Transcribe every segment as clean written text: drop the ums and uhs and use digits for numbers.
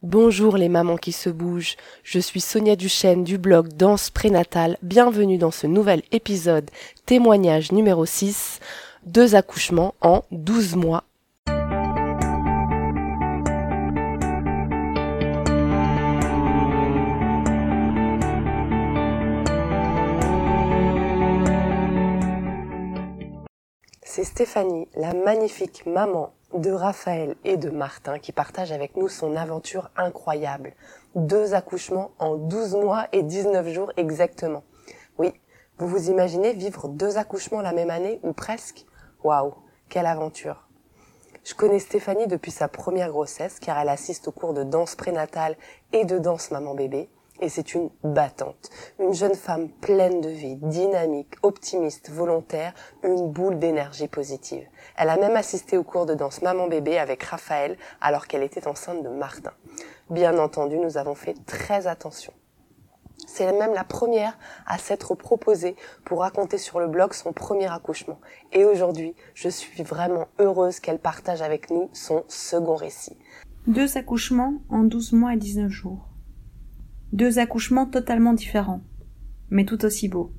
Bonjour les mamans qui se bougent, je suis Sonia Duchesne du blog Danse Prénatale, bienvenue dans ce nouvel épisode témoignage numéro 6, 2 accouchements en 12 mois. C'est Stéphanie, la magnifique maman de Raphaël et de Martin qui partage avec nous son aventure incroyable. 2 accouchements en 12 mois et 19 jours exactement. Oui, vous vous imaginez vivre 2 accouchements la même année ou presque? Waouh, quelle aventure! Je connais Stéphanie depuis sa première grossesse car elle assiste aux cours de danse prénatale et de danse maman-bébé. Et c'est une battante, une jeune femme pleine de vie, dynamique, optimiste, volontaire, une boule d'énergie positive. Elle a même assisté au cours de danse maman-bébé avec Raphaël alors qu'elle était enceinte de Martin. Bien entendu, nous avons fait très attention. C'est même la première à s'être proposée pour raconter sur le blog son premier accouchement. Et aujourd'hui, je suis vraiment heureuse qu'elle partage avec nous son second récit. 2 accouchements en 12 mois et 19 jours. 2 accouchements totalement différents, mais tout aussi beaux.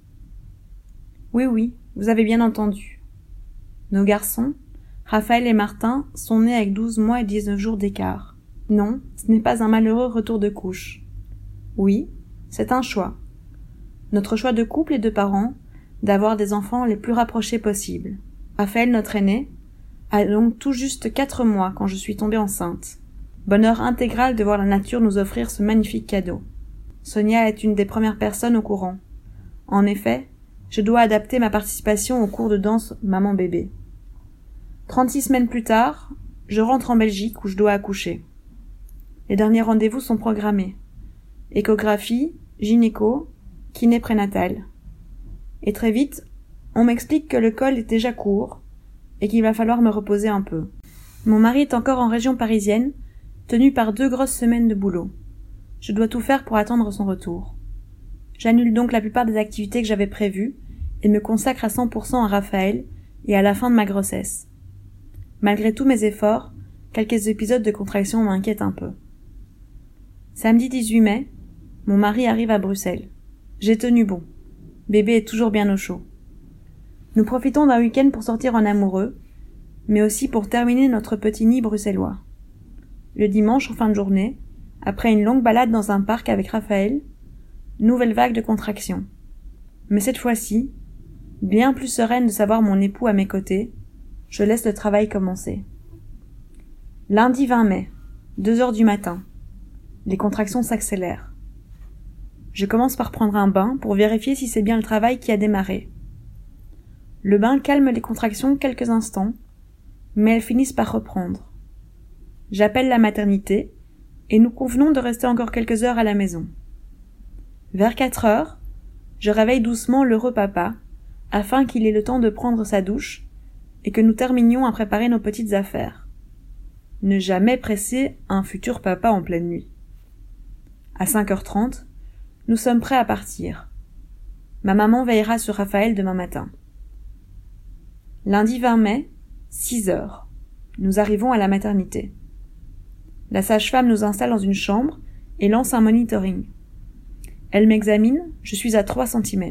Oui, vous avez bien entendu. Nos garçons, Raphaël et Martin, sont nés avec 12 mois et 19 jours d'écart. Non, ce n'est pas un malheureux retour de couche. Oui, c'est un choix. Notre choix de couple et de parents, d'avoir des enfants les plus rapprochés possibles. Raphaël, notre aîné, a donc tout juste 4 mois quand je suis tombée enceinte. Bonheur intégral de voir la nature nous offrir ce magnifique cadeau. Sonia est une des premières personnes au courant. En effet, je dois adapter ma participation au cours de danse maman-bébé. 36 semaines plus tard, je rentre en Belgique où je dois accoucher. Les derniers rendez-vous sont programmés. Échographie, gynéco, kiné prénatal. Et très vite, on m'explique que le col est déjà court et qu'il va falloir me reposer un peu. Mon mari est encore en région parisienne, tenu par 2 grosses semaines de boulot. Je dois tout faire pour attendre son retour. J'annule donc la plupart des activités que j'avais prévues et me consacre à 100% à Raphaël et à la fin de ma grossesse. Malgré tous mes efforts, quelques épisodes de contraction m'inquiètent un peu. Samedi 18 mai, mon mari arrive à Bruxelles. J'ai tenu bon. Bébé est toujours bien au chaud. Nous profitons d'un week-end pour sortir en amoureux, mais aussi pour terminer notre petit nid bruxellois. Le dimanche, en fin de journée, après une longue balade dans un parc avec Raphaël, nouvelle vague de contractions. Mais cette fois-ci, bien plus sereine de savoir mon époux à mes côtés, je laisse le travail commencer. Lundi 20 mai, 2 heures du matin. Les contractions s'accélèrent. Je commence par prendre un bain pour vérifier si c'est bien le travail qui a démarré. Le bain calme les contractions quelques instants, mais elles finissent par reprendre. J'appelle la maternité et nous convenons de rester encore quelques heures à la maison. Vers 4 heures, je réveille doucement l'heureux papa afin qu'il ait le temps de prendre sa douche et que nous terminions à préparer nos petites affaires. Ne jamais presser un futur papa en pleine nuit. À 5h30, nous sommes prêts à partir. Ma maman veillera sur Raphaël demain matin. Lundi 20 mai, 6 heures. Nous arrivons à la maternité. La sage-femme nous installe dans une chambre et lance un monitoring. Elle m'examine, je suis à 3 cm.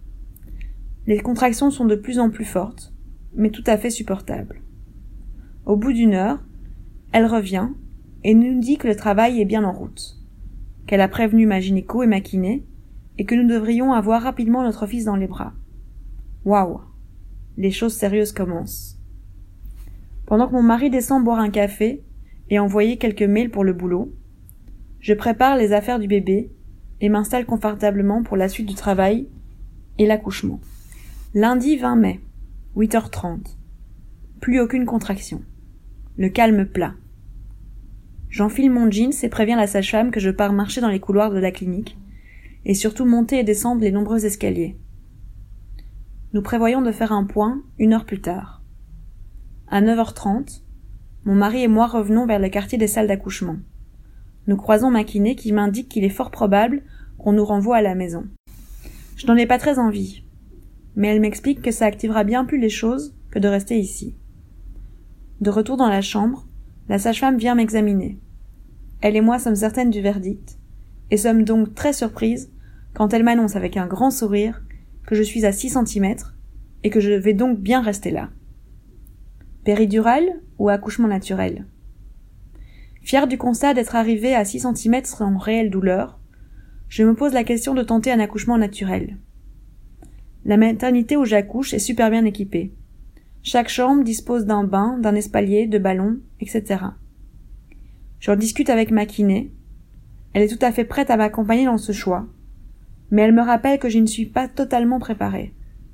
Les contractions sont de plus en plus fortes, mais tout à fait supportables. Au bout d'1 heure, elle revient et nous dit que le travail est bien en route, qu'elle a prévenu ma gynéco et ma kiné et que nous devrions avoir rapidement notre fils dans les bras. Waouh! Les choses sérieuses commencent. Pendant que mon mari descend boire un café et envoyer quelques mails pour le boulot, je prépare les affaires du bébé et m'installe confortablement pour la suite du travail et l'accouchement. Lundi 20 mai, 8h30. Plus aucune contraction. Le calme plat. J'enfile mon jeans et préviens la sage-femme que je pars marcher dans les couloirs de la clinique et surtout monter et descendre les nombreux escaliers. Nous prévoyons de faire un point 1 heure plus tard. À 9h30, mon mari et moi revenons vers le quartier des salles d'accouchement. Nous croisons ma kiné qui m'indique qu'il est fort probable qu'on nous renvoie à la maison. Je n'en ai pas très envie, mais elle m'explique que ça activera bien plus les choses que de rester ici. De retour dans la chambre, la sage-femme vient m'examiner. elle et moi sommes certaines du verdict, et sommes donc très surprises quand elle m'annonce avec un grand sourire que je suis à 6 centimètres et que je vais donc bien rester là. Péridurale ou accouchement naturel? Fière du constat d'être arrivée à 6 centimètres sans réelle douleur, je me pose la question de tenter un accouchement naturel. La maternité où j'accouche est super bien équipée. Chaque chambre dispose d'un bain, d'un espalier, de ballons, etc. J'en discute avec ma kiné. Elle est tout à fait prête à m'accompagner dans ce choix, mais elle me rappelle que je ne suis pas totalement préparée.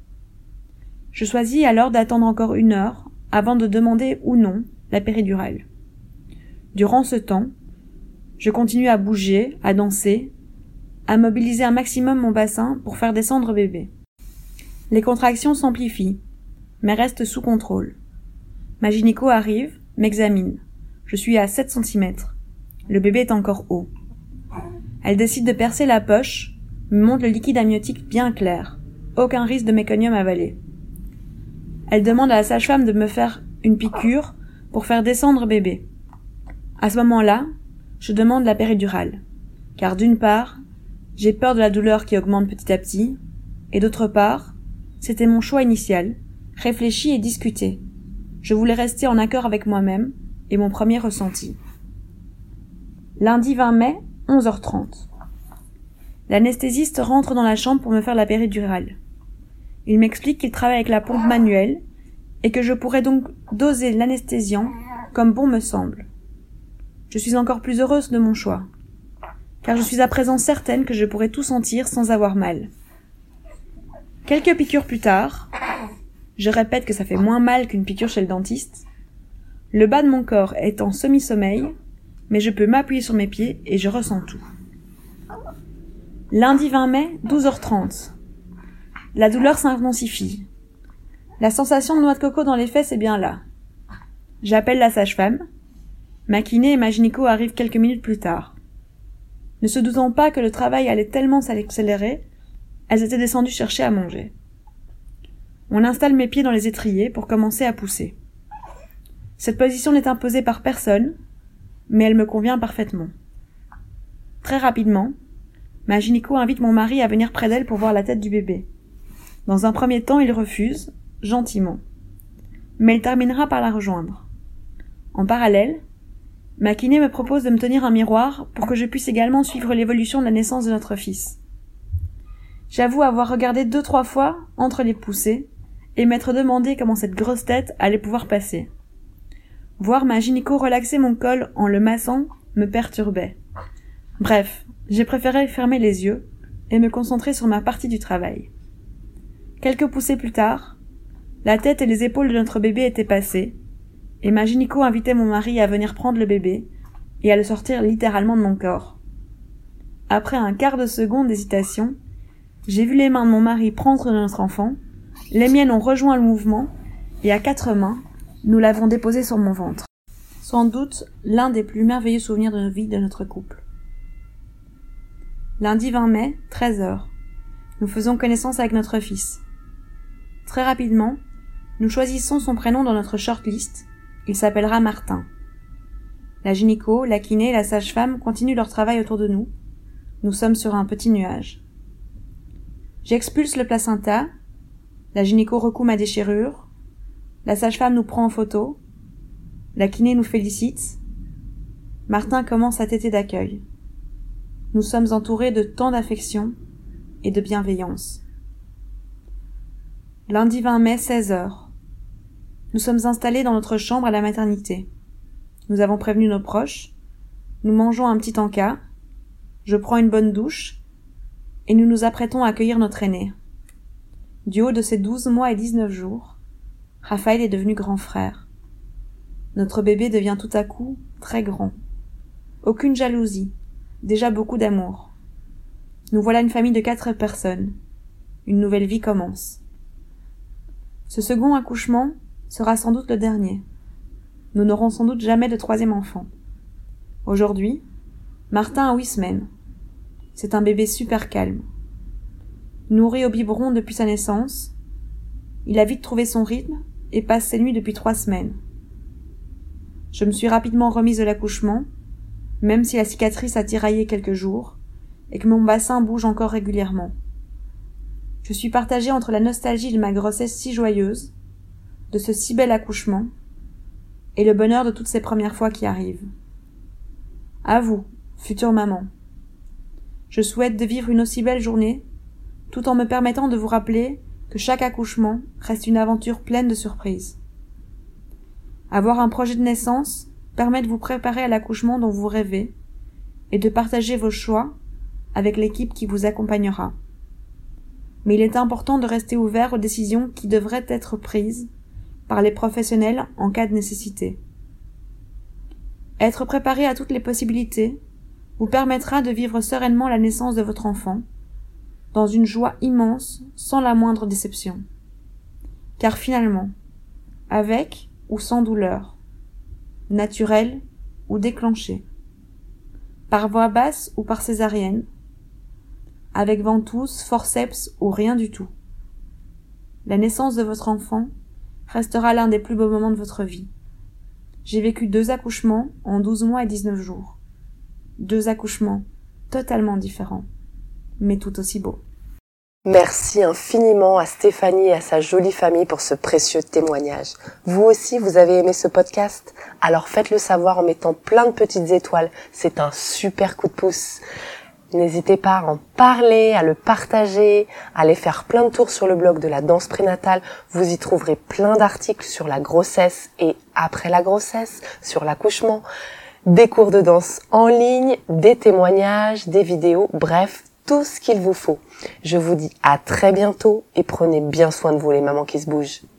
Je choisis alors d'attendre encore 1 heure avant de demander ou non la péridurale. Durant ce temps, je continue à bouger, à danser, à mobiliser un maximum mon bassin pour faire descendre bébé. Les contractions s'amplifient, mais restent sous contrôle. Ma gynéco arrive, m'examine. Je suis à 7 centimètres. Le bébé est encore haut. Elle décide de percer la poche, me montre le liquide amniotique bien clair. Aucun risque de méconium avalé. Elle demande à la sage-femme de me faire une piqûre pour faire descendre bébé. À ce moment-là, je demande la péridurale, car d'une part, j'ai peur de la douleur qui augmente petit à petit, et d'autre part, c'était mon choix initial, réfléchi et discuté. Je voulais rester en accord avec moi-même et mon premier ressenti. Lundi 20 mai, 11h30. L'anesthésiste rentre dans la chambre pour me faire la péridurale. Il m'explique qu'il travaille avec la pompe manuelle et que je pourrais donc doser l'anesthésiant comme bon me semble. Je suis encore plus heureuse de mon choix, car je suis à présent certaine que je pourrais tout sentir sans avoir mal. Quelques piqûres plus tard, je répète que ça fait moins mal qu'une piqûre chez le dentiste, le bas de mon corps est en semi-sommeil, mais je peux m'appuyer sur mes pieds et je ressens tout. Lundi 20 mai, 12h30. La douleur s'intensifie. La sensation de noix de coco dans les fesses est bien là. J'appelle la sage-femme. Ma kiné et ma gynéco arrivent quelques minutes plus tard. Ne se doutant pas que le travail allait tellement s'accélérer, elles étaient descendues chercher à manger. On installe mes pieds dans les étriers pour commencer à pousser. Cette position n'est imposée par personne, mais elle me convient parfaitement. Très rapidement, ma gynéco invite mon mari à venir près d'elle pour voir la tête du bébé. Dans un premier temps, il refuse, gentiment. Mais il terminera par la rejoindre. En parallèle, ma kiné me propose de me tenir un miroir pour que je puisse également suivre l'évolution de la naissance de notre fils. J'avoue avoir regardé 2-3 fois entre les poussées et m'être demandé comment cette grosse tête allait pouvoir passer. Voir ma gynéco relaxer mon col en le massant me perturbait. Bref, j'ai préféré fermer les yeux et me concentrer sur ma partie du travail. Quelques poussées plus tard, la tête et les épaules de notre bébé étaient passées, et ma gynéco invitait mon mari à venir prendre le bébé et à le sortir littéralement de mon corps. Après un quart de seconde d'hésitation, j'ai vu les mains de mon mari prendre notre enfant, les miennes ont rejoint le mouvement, et à 4 mains, nous l'avons déposé sur mon ventre. Sans doute l'un des plus merveilleux souvenirs de vie de notre couple. Lundi 20 mai, 13h. Nous faisons connaissance avec notre fils. Très rapidement, nous choisissons son prénom dans notre shortlist. Il s'appellera Martin. La gynéco, la kiné et la sage-femme continuent leur travail autour de nous. Nous sommes sur un petit nuage. J'expulse le placenta. La gynéco recoud ma déchirure. La sage-femme nous prend en photo. La kiné nous félicite. Martin commence à téter d'accueil. Nous sommes entourés de tant d'affection et de bienveillance. Lundi 20 mai, 16h. Nous sommes installés dans notre chambre à la maternité. Nous avons prévenu nos proches. Nous mangeons un petit encas. Je prends une bonne douche. Et nous nous apprêtons à accueillir notre aîné. Du haut de ses 12 mois et 19 jours, Raphaël est devenu grand frère. Notre bébé devient tout à coup très grand. Aucune jalousie, déjà beaucoup d'amour. Nous voilà une famille de 4 personnes. Une nouvelle vie commence. Ce second accouchement sera sans doute le dernier. Nous n'aurons sans doute jamais de 3e enfant. Aujourd'hui, Martin a 8 semaines. C'est un bébé super calme. Nourri au biberon depuis sa naissance, il a vite trouvé son rythme et passe ses nuits depuis 3 semaines. Je me suis rapidement remise de l'accouchement, même si la cicatrice a tiraillé quelques jours, et que mon bassin bouge encore régulièrement. Je suis partagée entre la nostalgie de ma grossesse si joyeuse, de ce si bel accouchement, et le bonheur de toutes ces premières fois qui arrivent. À vous, future maman. Je souhaite de vivre une aussi belle journée, tout en me permettant de vous rappeler que chaque accouchement reste une aventure pleine de surprises. Avoir un projet de naissance permet de vous préparer à l'accouchement dont vous rêvez et de partager vos choix avec l'équipe qui vous accompagnera. Mais il est important de rester ouvert aux décisions qui devraient être prises par les professionnels en cas de nécessité. Être préparé à toutes les possibilités vous permettra de vivre sereinement la naissance de votre enfant, dans une joie immense, sans la moindre déception. Car finalement, avec ou sans douleur, naturelle ou déclenchée, par voie basse ou par césarienne, avec ventouse, forceps ou rien du tout, la naissance de votre enfant restera l'un des plus beaux moments de votre vie. J'ai vécu 2 accouchements en 12 mois et 19 jours. 2 accouchements totalement différents, mais tout aussi beaux. Merci infiniment à Stéphanie et à sa jolie famille pour ce précieux témoignage. Vous aussi, vous avez aimé ce podcast? Alors faites-le savoir en mettant plein de petites étoiles. C'est un super coup de pouce. N'hésitez pas à en parler, à le partager, à aller faire plein de tours sur le blog de la danse prénatale. Vous y trouverez plein d'articles sur la grossesse et après la grossesse, sur l'accouchement, des cours de danse en ligne, des témoignages, des vidéos, bref, tout ce qu'il vous faut. Je vous dis à très bientôt et prenez bien soin de vous les mamans qui se bougent.